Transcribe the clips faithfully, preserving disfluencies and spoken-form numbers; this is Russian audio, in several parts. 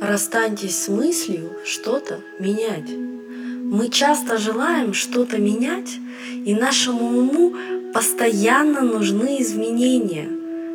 Расстаньтесь с мыслью что-то менять. Мы часто желаем что-то менять, и нашему уму постоянно нужны изменения.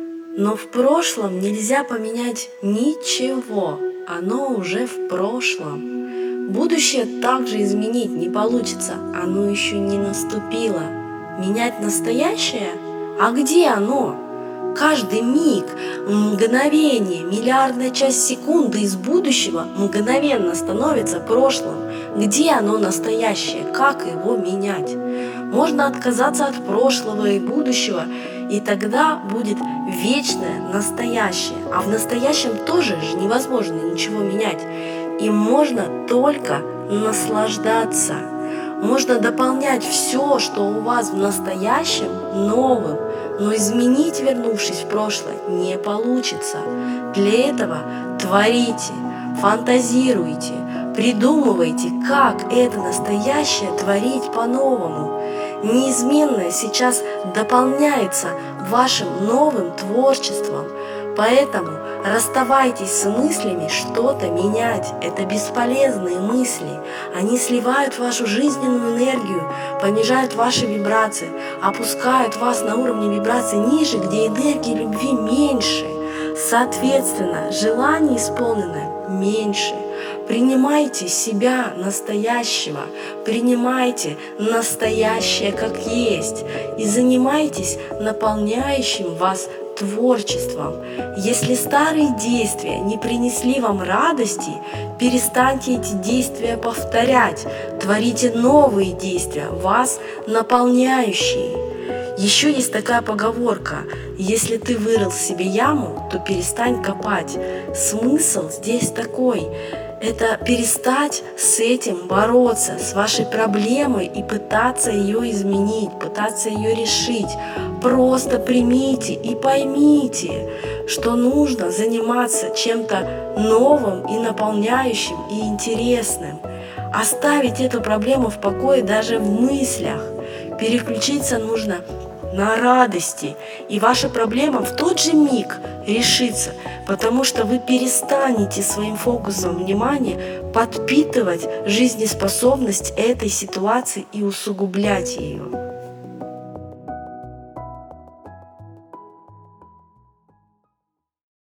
Но в прошлом нельзя поменять ничего, оно уже в прошлом. Будущее также изменить не получится, оно еще не наступило. Менять настоящее? А где оно? Каждый миг, мгновение, миллиардная часть секунды из будущего мгновенно становится прошлым. Где оно настоящее? Как его менять? Можно отказаться от прошлого и будущего, и тогда будет вечное настоящее. А в настоящем тоже же невозможно ничего менять. Им можно только наслаждаться. Можно дополнять все, что у вас в настоящем, новым, но изменить, вернувшись в прошлое, не получится. Для этого творите, фантазируйте, придумывайте, как это настоящее творить по-новому. Неизменное сейчас дополняется вашим новым творчеством. Поэтому расставайтесь с мыслями что-то менять. Это бесполезные мысли. Они сливают вашу жизненную энергию, понижают ваши вибрации, опускают вас на уровне вибраций ниже, где энергии любви меньше. Соответственно, желаний исполнено меньше. Принимайте себя настоящего, принимайте настоящее как есть и занимайтесь наполняющим вас творчеством. Если старые действия не принесли вам радости, перестаньте эти действия повторять, творите новые действия, вас наполняющие. Еще есть такая поговорка: если ты вырыл себе яму, то перестань копать. Смысл здесь такой: это перестать с этим бороться, с вашей проблемой и пытаться ее изменить, пытаться ее решить. Просто примите и поймите, что нужно заниматься чем-то новым и наполняющим и интересным. Оставить эту проблему в покое даже в мыслях. Переключиться нужно на радости, и ваша проблема в тот же миг решится, потому что вы перестанете своим фокусом внимания подпитывать жизнеспособность этой ситуации и усугублять ее.